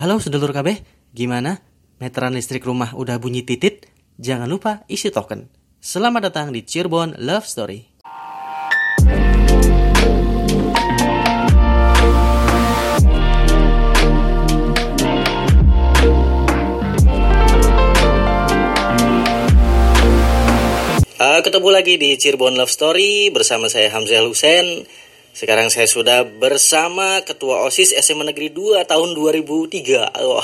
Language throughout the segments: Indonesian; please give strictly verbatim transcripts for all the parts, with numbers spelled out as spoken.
Halo sedulur K B, gimana? Meteran listrik rumah udah bunyi titit? Jangan lupa isi token. Selamat datang di Cirebon Love Story. Uh, ketemu lagi di Cirebon Love Story bersama saya Hamzah Hussein. Sekarang saya sudah bersama Ketua OSIS S M A Negeri dua tahun dua ribu tiga. Oh.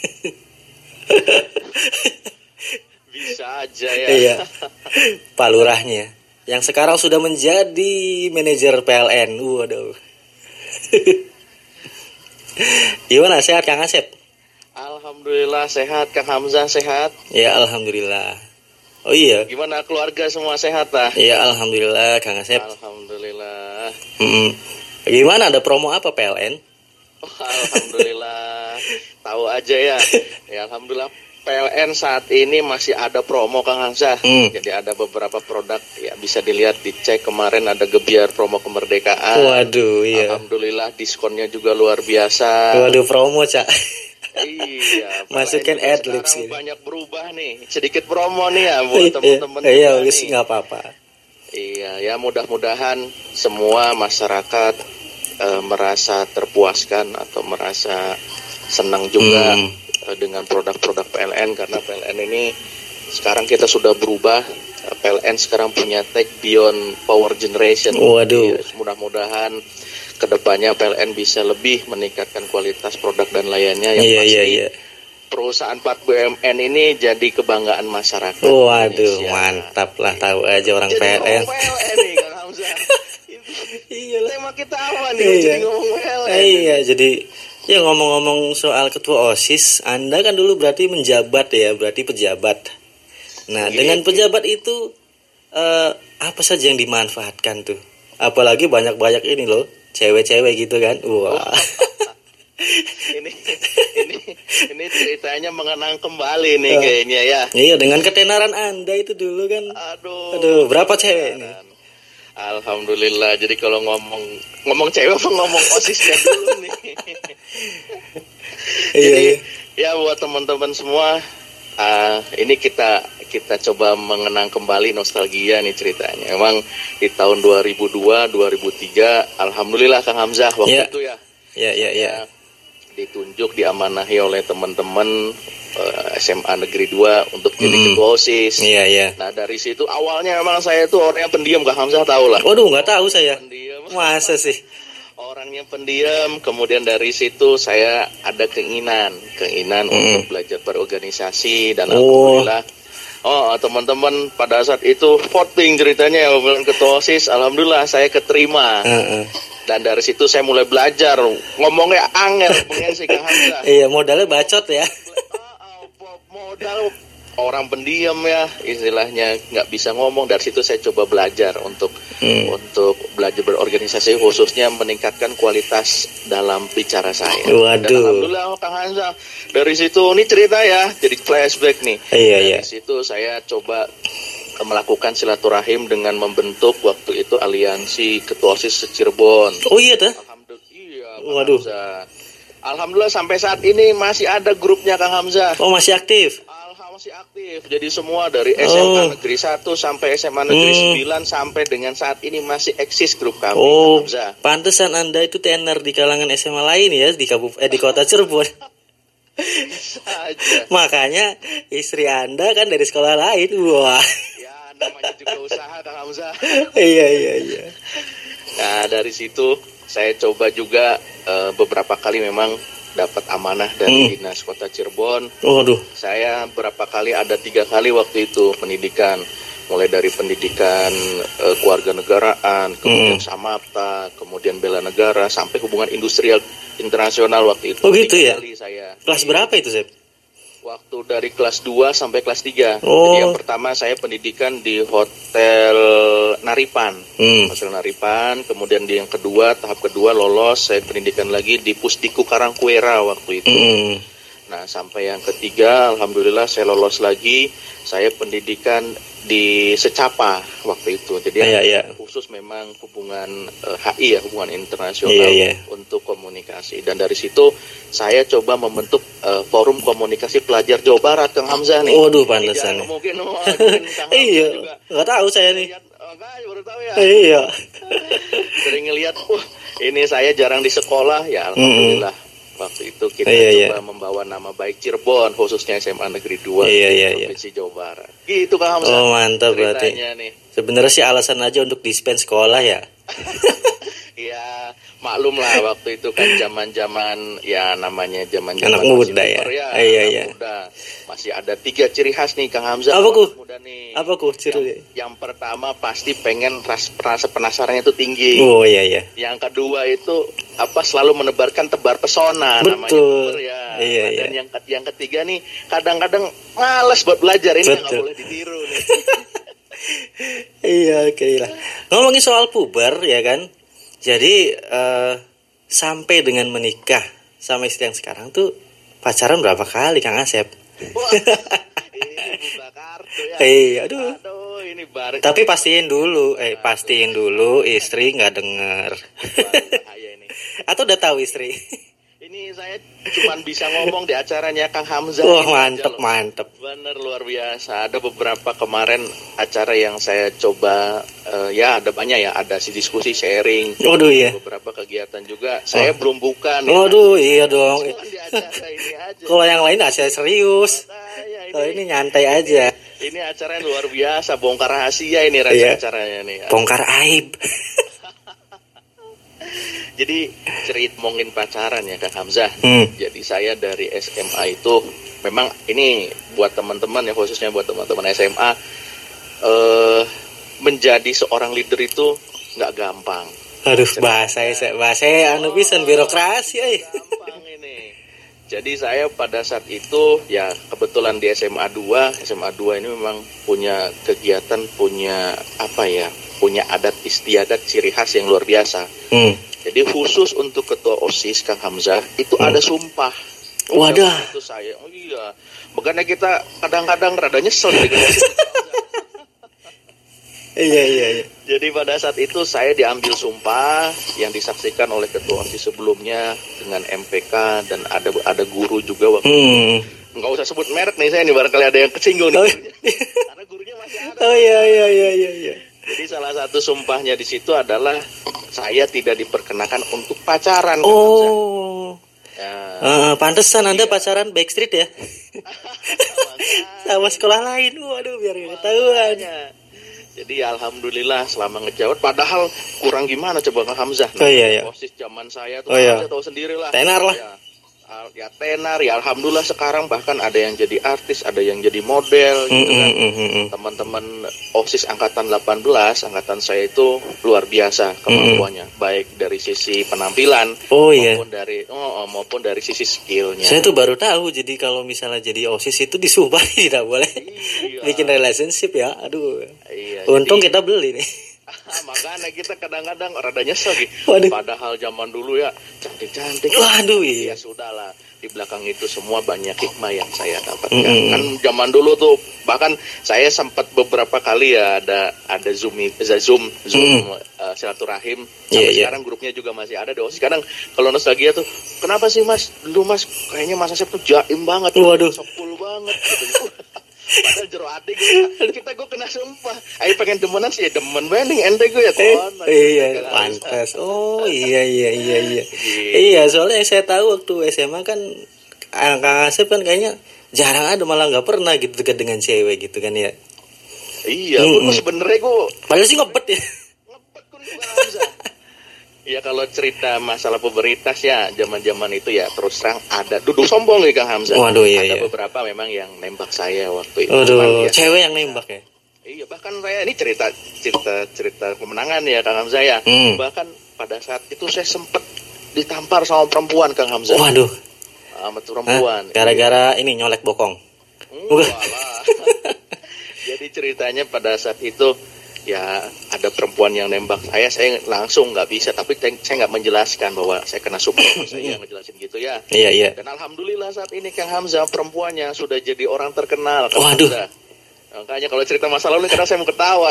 Bisa aja ya. Iya. Pak Lurahnya yang sekarang sudah menjadi manajer P L N. Waduh. Gimana, sehat Kang Asep? Alhamdulillah sehat, Kang Hamzah sehat. Ya, alhamdulillah. Oh iya. Gimana keluarga semua sehat lah? Iya, alhamdulillah Kang Asep. Alhamdulillah. Mm-mm. Gimana, ada promo apa P L N? Oh, alhamdulillah. Tahu aja ya. Ya alhamdulillah P L N saat ini masih ada promo Kang Hamzah. Hmm. Jadi ada beberapa produk ya bisa dilihat, dicek kemarin ada Gebiar promo kemerdekaan. Waduh, iya. Alhamdulillah diskonnya juga luar biasa. Waduh, promo, Cak. Iya, masukin adlibs gitu. Banyak berubah nih, sedikit promo nih ya buat teman-teman. Iya, wis nggak apa-apa. Iya, ya mudah-mudahan semua masyarakat e, merasa terpuaskan atau merasa senang juga hmm. e, dengan produk-produk P L N, karena P L N ini sekarang kita sudah berubah. P L N sekarang punya tag Beyond Power Generation. Waduh. Jadi, mudah-mudahan kedepannya P L N bisa lebih meningkatkan kualitas produk dan layannya yang iya, pasti. Iya, iya. Perusahaan empat B U M N ini jadi kebanggaan masyarakat. Waduh, Indonesia. Mantap lah, tahu aja orang jadi P L N. P L N nih, Kang Hamzah. Iya lah. Tema kita apa nih? Iya. Jadi ngomong P L N. Iya, jadi ya ngomong-ngomong soal ketua OSIS, Anda kan dulu berarti menjabat ya, berarti pejabat. Nah, Iya, dengan iya. pejabat itu eh, apa saja yang dimanfaatkan tuh? Apalagi banyak-banyak ini loh, cewek-cewek gitu kan. Wah. Oh. ini ini ini ceritanya mengenang kembali nih Oh. kayaknya ya. Iya, dengan ketenaran Anda itu dulu kan. Aduh. Aduh, berapa cewek ini? Alhamdulillah. Jadi kalau ngomong ngomong cewek apa ngomong OSISnya dulu nih. Iya, Jadi iya. ya buat teman-teman semua, uh, ini kita kita coba mengenang kembali nostalgia nih ceritanya. Memang di tahun dua ribu dua, dua ribu tiga, alhamdulillah Kang Hamzah waktu Ya. itu ya. Iya, iya, iya. Ya, ditunjuk, diamanahi oleh teman-teman uh, S M A Negeri dua untuk jadi Mm. ketua OSIS. Iya, iya. Nah dari situ awalnya memang saya itu orangnya pendiam, Kang Hamzah tahu lah. Waduh, nggak tahu saya. Pendiam. Masa sih? Orangnya pendiam, kemudian dari situ saya ada keinginan, keinginan Mm. untuk belajar berorganisasi dan Oh. alhamdulillah. Oh teman-teman pada saat itu voting ceritanya ya, bulan ketua OSIS, alhamdulillah saya keterima. Heeh. Dan dari situ saya mulai belajar, ngomongnya angel pengen sih Kang Hamzah. Iya, modalnya bacot ya. Modal orang pendiam ya, istilahnya nggak bisa ngomong. Dari situ saya coba belajar untuk Hmm. untuk belajar berorganisasi, khususnya meningkatkan kualitas dalam bicara saya. Waduh. Dan alhamdulillah Kang Hamzah, dari situ ini cerita ya, jadi flashback nih. Iya, dari iya. situ saya coba melakukan silaturahim dengan membentuk waktu itu aliansi ketua OSIS Cirebon. Oh iya tuh. Alhamdulillah, iya, Kang Waduh. Hamzah. Alhamdulillah sampai saat ini masih ada grupnya Kang Hamzah. Oh, masih aktif. Alhamdulillah masih aktif. Jadi semua dari S M A Oh. Negeri satu sampai S M A Negeri Hmm. sembilan sampai dengan saat ini masih eksis grup kami. Oh, Kang Hamzah. pantesan Anda itu tenar di kalangan S M A lain ya di kabup eh, di kota Cirebon. Bisa aja. Makanya istri Anda kan dari sekolah lain. Wah. Ya namanya juga usaha Kang Hamzah. Iya, iya, iya. Nah dari situ saya coba juga eh, beberapa kali memang dapat amanah dari Hmm. Dinas Kota Cirebon. Waduh. Saya berapa kali, ada tiga kali waktu itu pendidikan, mulai dari pendidikan eh, kewarganegaraan, kemudian Mm. Samapta, kemudian bela negara, sampai hubungan industrial internasional waktu itu. Oh, gitu Tiga ya? kali saya. Kelas berapa itu, Sep? Waktu dari kelas dua sampai kelas tiga. Oh. Jadi yang pertama saya pendidikan di Hotel Naripan. Hmm. Hotel Naripan, kemudian di yang kedua, tahap kedua lolos, saya pendidikan lagi di Pusdiku Karangkuera waktu itu. Hmm. Nah, sampai yang ketiga, alhamdulillah saya lolos lagi. Saya pendidikan di Secapa waktu itu. Jadi Iya, iya. khusus memang hubungan eh, H I ya, hubungan internasional Iya, iya. untuk komunikasi. Dan dari situ saya coba membentuk eh, forum komunikasi pelajar Jawa Barat, Kang Hamzah nih. Waduh, Ini pantesan. jangan mungkin, oh, mungkin Kang Hamzah Iya, juga nggak tahu saya nih. lihat, oh, enggak, baru tahu ya. Iya. Sering ngelihat, wah ini saya jarang di sekolah ya, alhamdulillah. Waktu itu kita Iya, coba iya. membawa nama baik Cirebon, khususnya S M A Negeri dua Iya, di iya, iya. Provinsi Jawa Barat. Gitu Kang Hamzah. Oh, mantap berarti. Ceritanya nih. Sebenarnya sih alasan aja untuk dispen sekolah ya. Ya maklum lah waktu itu kan zaman-zaman ya namanya zaman-zaman Anak muda ya. puber Iya, anak iya. muda. Masih ada tiga ciri khas nih Kang Hamzah. Apa, kalau Ku? anak muda nih. Apa ku Yang, ciri? yang pertama pasti pengen ras, rasa penasarannya itu tinggi. Oh iya iya. Yang kedua itu apa selalu menebarkan tebar pesona, namanya Betul. puber ya. Iya, Nah, dan iya. yang yang ketiga nih kadang-kadang males buat belajar, ini nggak Betul. boleh ditiru nih. Iya oke lah. Ngomongin soal puber ya kan. Jadi eh, sampai dengan menikah sama istri yang sekarang tuh pacaran berapa kali Kang Asep? Wah, ini buka kartu ya. Iya, aduh. Aduh, ini baru. Tapi pastiin dulu, eh pastiin dulu istri nggak denger. Bahaya ini. Atau udah tahu istri? Ini saya cuma bisa ngomong di acaranya Kang Hamzah. Wah ini mantep aja loh. mantep. Bener luar biasa. Ada beberapa kemarin acara yang saya coba, eh, ya ada banyak ya. Ada si diskusi sharing. Waduh iya. Beberapa kegiatan juga. Saya belum buka nih. Waduh iya dong. Cuman di acara ini aja. Kalau yang lain asal serius. Saya Kalau ini, ini nyantai aja. ini acara yang luar biasa. Bongkar rahasia ini rahasia Iya. acaranya nih. Bongkar aib. Jadi cerita ngomongin pacaran ya Kang Hamzah. Hmm. Jadi saya dari S M A itu memang ini buat teman-teman ya, khususnya buat teman-teman S M A, eh, menjadi seorang leader itu nggak gampang. Aduh bahasa saya bahasa anu pisan birokrasi euy. Gampang ini. Jadi saya pada saat itu ya kebetulan di S M A dua, S M A dua ini memang punya kegiatan, punya apa ya, punya adat istiadat ciri khas yang luar biasa. Hmm. Jadi khusus untuk ketua OSIS Kang Hamzah itu Hmm. ada sumpah. Wadah. Itu saya, oh iya. Makanya kita kadang-kadang rada nyesel dengan OSIS. Iya iya iya. Jadi pada saat itu saya diambil sumpah yang disaksikan oleh ketua OSIS sebelumnya dengan M P K dan ada ada guru juga waktu. Hmm. Nggak usah sebut merek nih saya nih, barangkali ada yang kesinggung nih. Oh. Karena gurunya masih ada. Oh iya iya iya iya iya. Jadi salah satu sumpahnya di situ adalah saya tidak diperkenakan untuk pacaran. Kang Hamzah. Oh. Ya. Eh, pantesan Anda Iya. pacaran Backstreet ya? Sama sekolah lain. Waduh biar nggak ketahuan. Makanya. Jadi alhamdulillah selama ngejawab, padahal kurang gimana coba Kang Hamzah. Oh, iya, iya. Posisi zaman saya Oh, tuh, iya. saya tahu sendiri lah. Tenar lah. Ya, al- ya tenar ya alhamdulillah sekarang bahkan ada yang jadi artis, ada yang jadi model Hmm, gitu kan. hmm, hmm, hmm, hmm. Teman-teman OSIS angkatan delapan belas, angkatan saya itu luar biasa kemampuannya, baik dari sisi penampilan Oh iya. maupun dari oh, oh, maupun dari sisi skillnya. Saya tuh baru tahu jadi kalau misalnya jadi OSIS itu disumpah tidak boleh Iya. bikin relationship ya. Aduh. Iya, Untung jadi- kita beli nih. makanya kita kadang-kadang rada nyesel gitu. Waduh. Padahal zaman dulu ya cantik-cantik. Waduh Ya iya. sudahlah, di belakang itu semua banyak hikmah yang saya dapatkan. Mm-mm. Kan zaman dulu tuh bahkan saya sempat beberapa kali ya ada ada zoom zoom zoom uh, silaturahim. Sampai Iya, iya. sekarang grupnya juga masih ada di OSIS. Kadang kalau nostalgia tuh, kenapa sih Mas? Dulu Mas kayaknya Mas Asep tuh jaim banget, Waduh. sepul banget gitu. Padahal jero hati gue, kita gue kena sumpah. Ayo pengen demenan sih ya demen banding ente gue ya Eh, kon. iya, pantas. Oh, iya, iya, iya, iya. Gitu. Iya, soalnya saya tahu waktu S M A kan ah, Kang Asep kan kayaknya jarang ada, malah nggak pernah gitu dekat dengan cewek gitu kan ya. Iya, Mm-mm. gue sebenarnya gue Padahal sih ngebet ya. ngebet kun juga Hamzah. Ya kalau cerita masalah puberitas ya zaman-zaman itu ya terus terang ada duduk sombong ya Kang Hamzah. Waduh, iya, ada iya. beberapa memang yang nembak saya waktu itu. Waduh, Cuman ya, cewek yang nembak ya. iya bahkan saya ini cerita cerita cerita kemenangan ya Kang Hamzah ya. Hmm. Bahkan pada saat itu saya sempet ditampar sama perempuan Kang Hamzah. Waduh. Sama Hah? perempuan. Gara-gara ini nyolek bokong. Hmm, walah. Jadi ceritanya pada saat itu ya ada perempuan yang nembak saya, saya langsung nggak bisa, tapi saya nggak menjelaskan bahwa saya kena super, saya ngejelasin gitu ya. Iya, iya. Dan alhamdulillah saat ini Kang Hamzah perempuannya sudah jadi orang terkenal. Kang Waduh. Hamzah. Makanya kalau cerita masa lalu karena saya mau ketawa.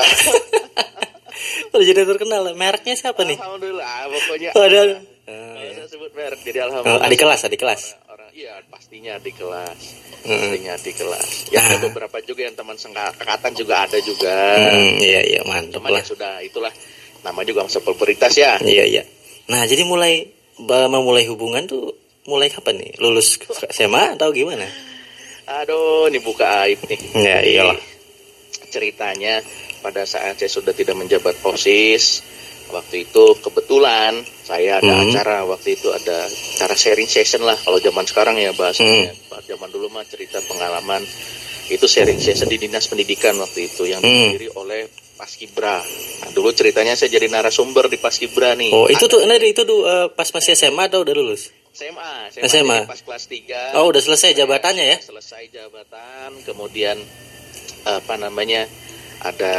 Udah jadi terkenal, mereknya siapa nih? Alhamdulillah, pokoknya. Waduh. Uh, ya. Saya sebut merek, jadi Oh, alhamdulillah. adik kelas, adik kelas. Orang, iya, pastinya di kelas. Hmm. Pastinya di kelas. Ya ada beberapa juga yang teman angkatan juga ada juga. Hmm, iya, iya, mantap Cuman lah. ya sudah, itulah nama juga selebritas ya. Iya, iya. Nah, jadi mulai memulai hubungan tuh mulai kapan nih? Lulus S M A atau gimana? Aduh, ini buka aib nih. Ya, iyalah. Ceritanya pada saat saya sudah tidak menjabat OSIS, waktu itu kebetulan saya ada hmm. acara, waktu itu ada acara sharing session lah kalau zaman sekarang ya bahasanya. Hmm. Zaman dulu mah cerita pengalaman, itu sharing session di Dinas Pendidikan waktu itu yang dihadiri hmm. oleh Paskibra. Nah, dulu ceritanya saya jadi narasumber di Paskibra nih. Oh, itu tuh nah, itu tuh uh, pas masih S M A atau udah lulus? S M A, S M A. Pas kelas tiga. Oh, udah selesai jabatannya ya? Selesai jabatan, kemudian apa namanya? ada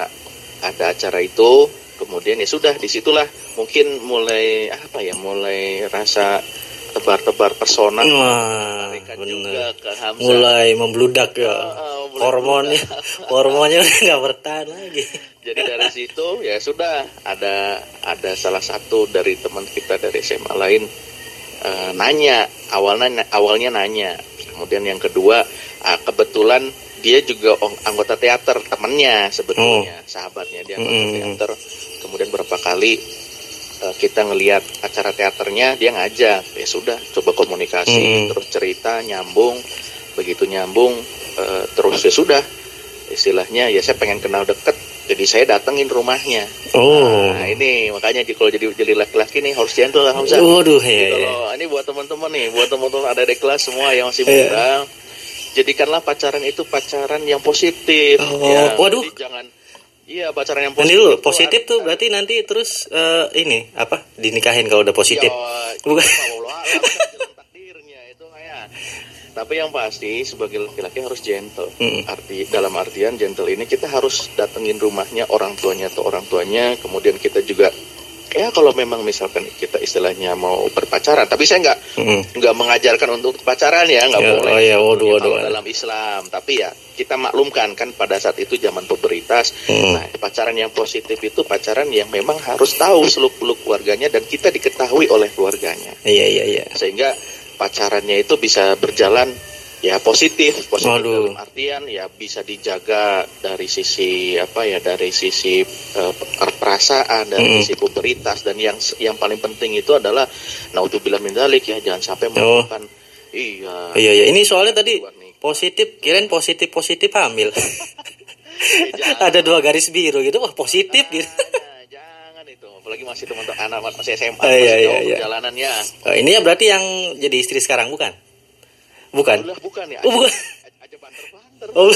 ada acara itu, kemudian ya sudah disitulah mungkin mulai apa ya mulai rasa tebar-tebar pesona. Wah, juga ke Hamzah. Mulai membludak ya. Oh, oh, hormonnya hormonnya udah nggak bertahan lagi. Jadi dari situ ya sudah ada ada salah satu dari teman kita dari S M A lain uh, nanya awalnya awalnya nanya, kemudian yang kedua uh, kebetulan dia juga anggota teater, temannya sebetulnya, oh. sahabatnya dia anggota mm. teater. Kemudian berapa kali uh, kita ngelihat acara teaternya, dia ngajak, ya sudah, coba komunikasi, mm. terus cerita, nyambung, begitu nyambung, uh, terus ya sudah, istilahnya ya saya pengen kenal deket, jadi saya datengin rumahnya. Oh. Nah ini makanya kalau jadi jadi laki-laki nih harus gentle lah Hamzah. Waduh, ya, kalau ya. Ini buat teman-teman nih, buat teman-teman ada di kelas semua yang masih muda. Yeah. Jadikanlah pacaran itu pacaran yang positif. Oh, ya. Waduh. Jadi jangan, iya pacaran yang positif. Ini dulu, positif tuh berarti nanti terus uh, ini apa dinikahin kalau udah positif. Ya, bukan? Jalan takdirnya itu kayak. Tapi yang pasti sebagai laki-laki harus gentle. Mm. Arti dalam artian gentle ini kita harus datengin rumahnya orang tuanya atau orang tuanya, kemudian kita juga. Ya kalau memang misalkan kita istilahnya mau berpacaran, tapi saya nggak mm. nggak mengajarkan untuk pacaran ya, nggak ya, boleh. Oh ya, waduh, ya, waduh, dalam Islam, tapi ya kita maklumkan kan pada saat itu zaman pubertas. Mm. Nah pacaran yang positif itu pacaran yang memang harus tahu seluk-beluk keluarganya dan kita diketahui oleh keluarganya. Iya iya iya. Sehingga pacarannya itu bisa berjalan ya positif, positif Waduh. dalam artian ya bisa dijaga dari sisi apa ya dari sisi uh, perasaan, dari mm. sisi pubertas, dan yang yang paling penting itu adalah naudzubillah min dzalik ya jangan sampai melakukan oh. iya iya iya ini soalnya tadi positif kirain positif positif hamil. Ya, ada dua garis biru gitu wah positif nah, gitu. Nah, jangan itu apalagi masih teman-teman anak masih S M A oh, masih iya, jauh iya, perjalanannya. Oh, ini ya berarti yang jadi istri sekarang bukan? Bukan. Udah, bukan ya. Oh, bukan. Aja banter-banter. Oh.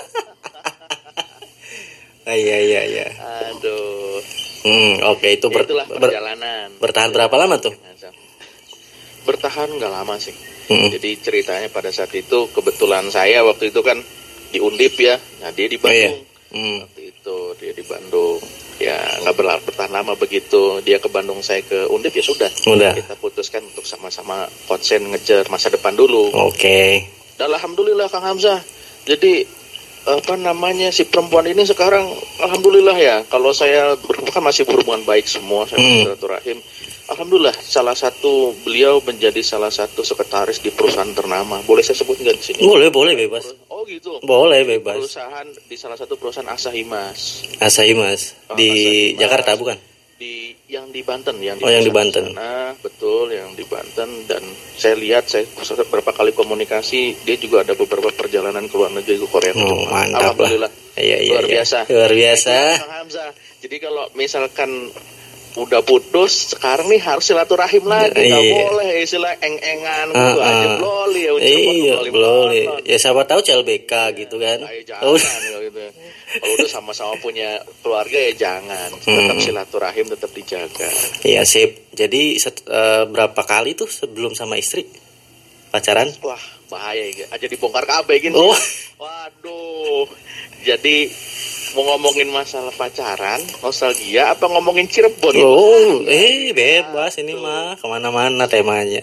Ah, iya iya iya. Aduh. Hmm, oke okay. Itu ber, itulah perjalanan. Ber, bertahan berapa lama tuh? Bertahan nggak lama sih. Hmm. Jadi ceritanya pada saat itu kebetulan saya waktu itu kan di Undip ya. Nah dia di Bandung. Oh, iya. hmm. Waktu itu dia di Bandung. Ya nggak bertahan lama begitu. Dia ke Bandung, saya ke Undip ya sudah. Udah. Kita putuskan untuk sama-sama konsen ngejar masa depan dulu. Oke. Okay. Dan alhamdulillah Kang Hamzah. Jadi apa namanya si perempuan ini sekarang alhamdulillah ya. Kalau saya kan masih berhubungan baik semua, saya hmm. silaturahim. Alhamdulillah salah satu beliau menjadi salah satu sekretaris di perusahaan ternama. Boleh saya sebut nggak di sini? Boleh, boleh bebas. Oh gitu. Boleh bebas. Perusahaan di salah satu perusahaan Asahimas. Asahimas oh, di Asahimas. Jakarta bukan? Di yang di Banten, yang di Oh, yang di Banten. Nah, betul yang di Banten, dan saya lihat saya beberapa kali komunikasi, dia juga ada beberapa perjalanan ke luar negeri ke Korea. Oh, mantap alhamdulillah. Lah. Iya, iya, luar iya. biasa. Luar biasa. Kang Hamzah. Jadi kalau misalkan udah putus, sekarang nih harus silaturahim lagi, nggak iya. boleh istilah eng-engan gitu uh, uh. aja, bloli ya, iya, bloli. Ya siapa tahu C L B K ya, gitu kan. Ayo, jangan oh. gitu. Kalau udah sama-sama punya keluarga ya jangan, tetap hmm. silaturahim tetap dijaga. Iya sip. Jadi set, uh, berapa kali tuh sebelum sama istri pacaran? Wah bahaya ya, aja dibongkar K B gini. Oh. Waduh. Jadi mau ngomongin masalah pacaran, nostalgia, apa ngomongin Cirebon? Oh, eh bebas ini mah kemana-mana temanya.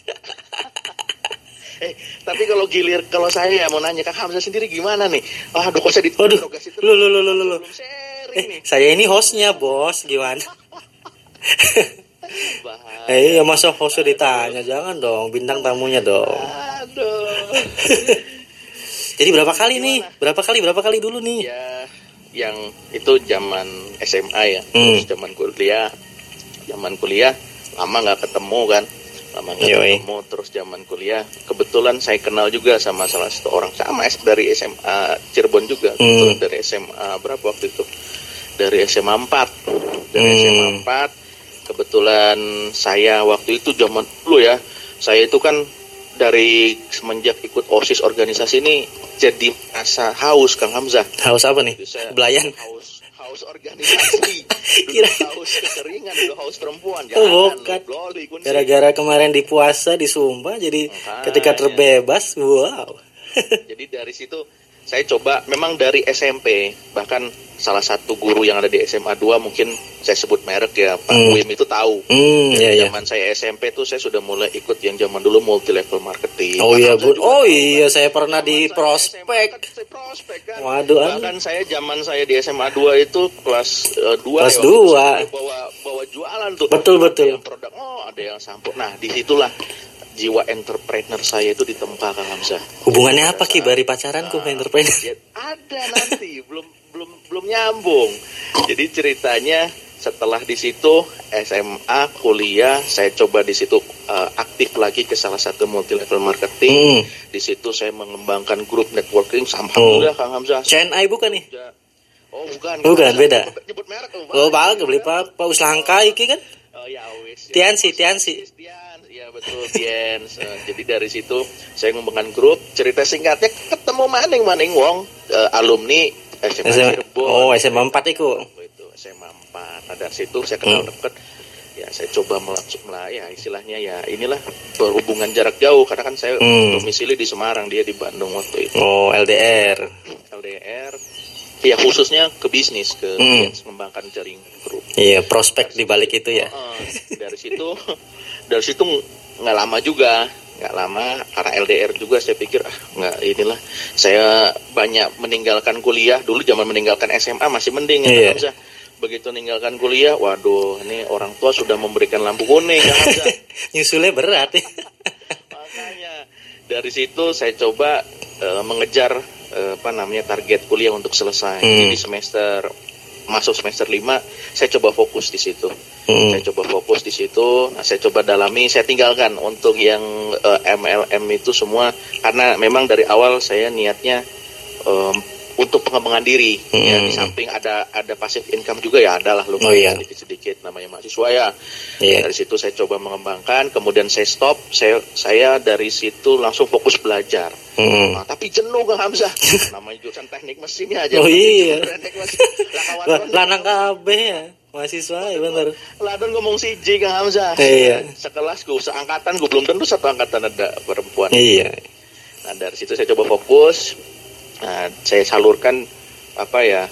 Eh, tapi kalau gilir, kalau saya mau nanya Kang Hamzah sendiri gimana nih? Ah, aduh, kok saya Waduh, diinterogasi terus. lu lu lu lu lu. Eh, saya ini hostnya bos, gimana? Bahaya. Eh, ya masa hostnya ditanya, jangan dong, bintang tamunya dong. Aduh. Jadi berapa kali Gimana? nih? Berapa kali? Berapa kali dulu nih? Ya, yang itu zaman S M A ya, Hmm. terus zaman kuliah, zaman kuliah lama nggak ketemu kan, lama nggak Yoi. ketemu, terus zaman kuliah kebetulan saya kenal juga sama salah satu orang sama S dari S M A Cirebon juga, kebetulan dari S M A berapa waktu itu, dari S M A empat, dari Hmm. S M A empat, kebetulan saya waktu itu zaman dulu ya, saya itu kan dari semenjak ikut OSIS organisasi ini jadi merasa haus Kang Hamzah. Haus apa nih? Jadi saya Belayan. haus haus organisasi. Dulu Kira- haus kekeringan, dulu haus perempuan. Oh, Jangan, bukan. loli, kunci. Gara-gara kemarin di puasa di Sumba, jadi Makanya. ketika terbebas, wow. Jadi dari situ saya coba, memang dari S M P, bahkan salah satu guru yang ada di S M A dua, mungkin saya sebut merek ya, Pak Hmm. Wim itu tahu. Hmm, Dari iya iya. zaman saya S M P tuh saya sudah mulai ikut yang zaman dulu multi level marketing. Oh iya, Bahkan Bu. saya juga Oh tahu, iya, Pak. saya pernah di Zaman saya prospek. S M A kan saya prospek kan. Waduh, anu. Bahkan saya zaman saya di S M A dua itu kelas uh, dua Kelas ya, waktu dua. itu saya bawa bawa jualan tuh. Betul, betul. Ada yang produk, oh ada yang sampo. Nah, disitulah jiwa entrepreneur saya itu ditempa Kang Hamzah. Hubungannya apa Ki Pada bari pacaranku saat- entrepreneur? Ya, ada nanti, belum belum belum nyambung. Jadi ceritanya setelah di situ S M A, kuliah, saya coba di situ uh, aktif lagi ke salah satu multi level marketing. Hmm. Di situ saya mengembangkan grup networking. Alhamdulillah Kang Hamzah. C N I bukan nih? Oh bukan. Bukan, Kang Hamzah. beda. Nyebut, nyebut merek. Oh, bal beli apa? Pak Uslangka iki kan? Oh ya wis. Tiansi, Tiansi. Tian, ya betul Tians. Eh, jadi dari situ saya mengembangkan grup. Cerita singkatnya ketemu maning-maning wong eh, alumni S M A S M A. Cirebon. Oh, S M A empat iku. Itu S M A empat. Nah, dari situ saya kenal Hmm. dekat. Ya saya coba melangsung lah ya istilahnya ya inilah berhubungan jarak jauh karena kan saya Hmm. domisili di Semarang, dia di Bandung waktu itu. Oh, L D R. L D R. Ya khususnya ke bisnis, ke Hmm. mengembangkan jaringan grup. Iya, prospek di balik itu ya. Eh, dari situ dari situ nggak lama juga nggak lama karena L D R juga saya pikir ah nggak inilah saya banyak meninggalkan kuliah dulu zaman meninggalkan S M A masih mending ya Iya. Kang Hamzah. Begitu meninggalkan kuliah waduh ini orang tua sudah memberikan lampu kuning Kang Hamzah. Nyusulnya berat ya. Makanya dari situ saya coba eh, mengejar eh, apa namanya target kuliah untuk selesai. Hmm. Jadi semester masuk semester lima saya coba fokus di situ. Hmm. Saya coba fokus di situ. Nah, saya coba dalami, saya tinggalkan untuk yang eh, M L M itu semua karena memang dari awal saya niatnya em, untuk pengembangan diri. Ya, Hmm. di samping ada ada passive income juga ya, adalah Oh, lumayan iya. sedikit-sedikit namanya mahasiswa ya. Iya. Dari situ saya coba mengembangkan, kemudian saya stop. Saya saya dari situ langsung fokus belajar. Hmm. Nah, tapi jenuh Kang Hamzah. Namanya jurusan teknik mesinnya aja. Oh, iya. Teknik mesin. Lah, kawan- Lah, lanang kabeh ya. Mahasiswa ya bener. Ladon ngomong si J Kang Hamzah. Iya. Sekelasku, seangkatan gue belum tentu satu angkatan ada perempuan. Iya. Nah dari situ saya coba fokus. Nah, saya salurkan apa ya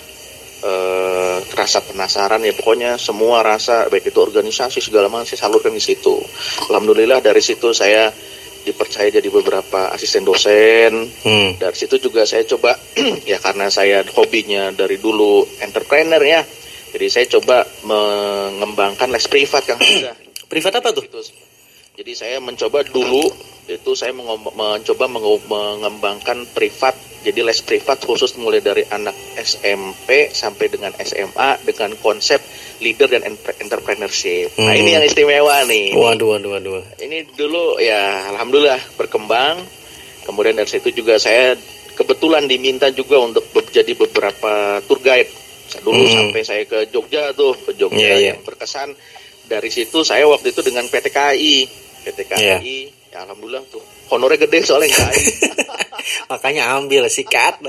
eh, rasa penasaran ya pokoknya semua rasa baik itu organisasi segala macam saya salurkan di situ. Alhamdulillah dari situ saya dipercaya jadi beberapa asisten dosen. Hmm. Dari situ juga saya coba ya karena saya hobinya dari dulu entrepreneur ya. Jadi saya coba mengembangkan les privat Kang Hamzah. Privat apa tuh? Itu. Jadi saya mencoba dulu itu saya mengom- mencoba menge- mengembangkan privat. Jadi les privat khusus mulai dari anak S M P sampai dengan S M A dengan konsep leader dan entre- entrepreneurship. Nah, Hmm. ini yang istimewa nih. Waduh, waduh, waduh. Ini dulu ya alhamdulillah berkembang. Kemudian dari situ juga saya kebetulan diminta juga untuk be- jadi beberapa tour guide. Saya dulu Hmm. sampai saya ke Jogja tuh, ke Jogja Iya, iya. yang berkesan. Dari situ saya waktu itu dengan P T K I. P T K I Iya. ya alhamdulillah tuh. Honornya gede soalnya K I. Makanya ambil sikat.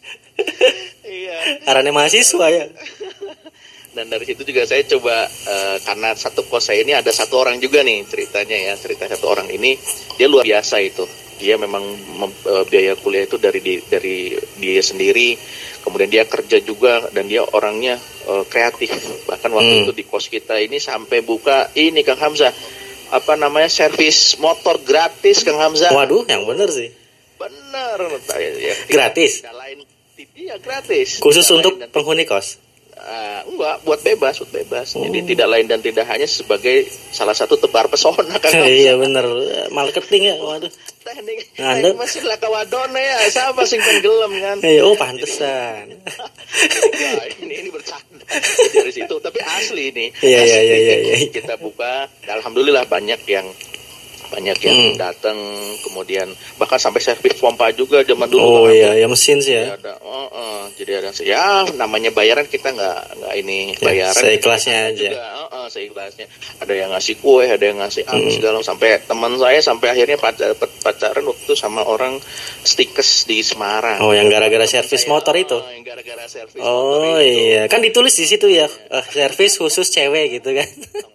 Iya. Karena mahasiswa ya. Dan dari situ juga saya coba eh, karena satu kos saya ini ada satu orang juga nih ceritanya ya, cerita satu orang ini dia luar biasa itu. dia memang mem- eh, biaya kuliah itu dari di, dari dia sendiri, kemudian dia kerja juga dan dia orangnya eh, kreatif. Bahkan waktu Hmm. itu di kos kita ini sampai buka ini Kang Hamzah, apa namanya, servis motor gratis Kang Hamzah. Waduh, yang bener sih. Bener, ya, Gratis? Tidak lain, iya gratis. Khusus Tidak untuk lain dan- penghuni kos. Ah, enggak, buat bebas, buat bebas. Oh. Jadi tidak lain dan tidak hanya sebagai salah satu tebar pesona Kang Hamzah. Iya bener, marketing ya. Waduh. Teknik, Anda- teknik masih lah kawadone ya, siapa sing tenggelam kan? Eh, oh pantesan. Nah, ini ini bercanda dari situ, tapi asli ini. Iya, iya, Asli. iya, iya, iya. Kita buka, alhamdulillah banyak yang banyak yang Hmm. datang, kemudian bahkan sampai servis pompa juga zaman dulu. Oh Kang iya, Hamzah. ya mesin sih Jadi ya. ada, oh, oh, jadi ada, ya namanya bayaran kita nggak nggak ini Ya, bayaran. seikhlasnya aja. Juga, oh, oh, seikhlasnya. Ada yang ngasih kue, ada yang ngasih apa Hmm. segala, sampai teman saya sampai akhirnya pacar, pacaran waktu sama orang stikes di Semarang. Oh, yang gara-gara servis Saya, motor itu. oh, yang gara-gara servis Oh motor itu. iya, kan ditulis di situ ya, eh, servis khusus cewek gitu kan.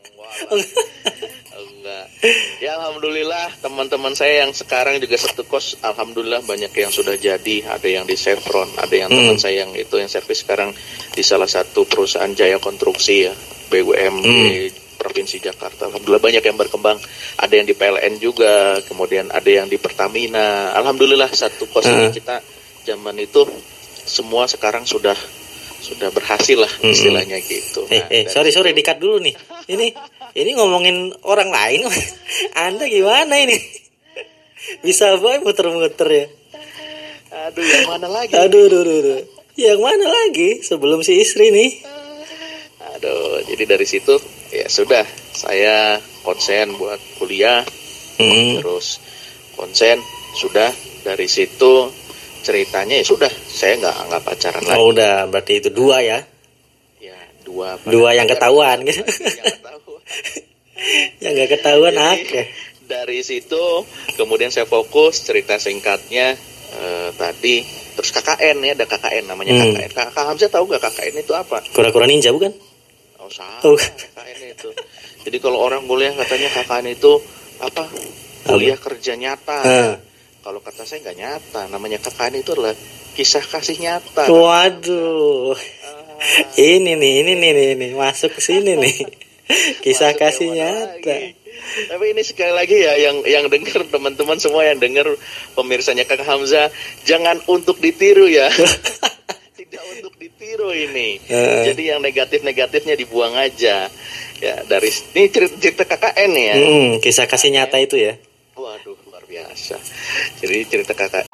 Enggak. Ya alhamdulillah teman-teman saya yang sekarang juga satu kos, alhamdulillah banyak yang sudah jadi. Ada yang di Chevron, ada yang Hmm. teman saya yang itu yang servis sekarang di salah satu perusahaan Jaya Konstruksi ya, B U M di Provinsi Jakarta. Alhamdulillah banyak yang berkembang. Ada yang di P L N juga, kemudian ada yang di Pertamina. Alhamdulillah satu kos ini Hmm. kita zaman itu semua sekarang sudah sudah berhasil lah Hmm. istilahnya gitu. Eh, Nah, eh, dari sorry sorry, dikat dulu nih. Ini ini ngomongin orang lain. Anda gimana ini? Bisa boy muter-muter ya. Aduh, yang mana lagi? Aduh, aduh, aduh, aduh. Yang mana lagi sebelum si istri nih? Aduh, jadi dari situ ya sudah saya konsen buat kuliah, Hmm. terus konsen sudah dari situ ceritanya ya sudah saya nggak nggak pacaran lagi. Oh udah, berarti itu dua ya. Ya dua Dua yang ketahuan gitu. yang ketahuan. Yang nggak ketahuan Jadi, oke. dari situ kemudian saya fokus cerita singkatnya eh, tadi, terus K K N ya, ada K K N namanya Hmm. K K N. Kak Kak Hamzah tahu nggak K K N itu apa? Kura-kura ninja bukan? Oh salah, Oh. K K N itu. Jadi kalau orang kuliah katanya K K N itu apa? Kuliah kerja nyata. Ah. Kalau kata saya nggak nyata, namanya K K N itu adalah kisah kasih nyata. Waduh. Ah, Ini nih, ini nih, ini, ini masuk ke sini nih. Kisah masuk kasih yang mana nyata. lagi? Tapi ini sekali lagi ya, yang yang dengar teman-teman semua yang dengar pemirsanya Kang Hamzah, jangan untuk ditiru ya. Tidak untuk ditiru ini. Eh. Jadi yang negatif-negatifnya dibuang aja. Ya dari ini cerita, cerita K K N ya. Hmm, kisah kasih nyata itu ya. Waduh, luar biasa. Jadi cerita K K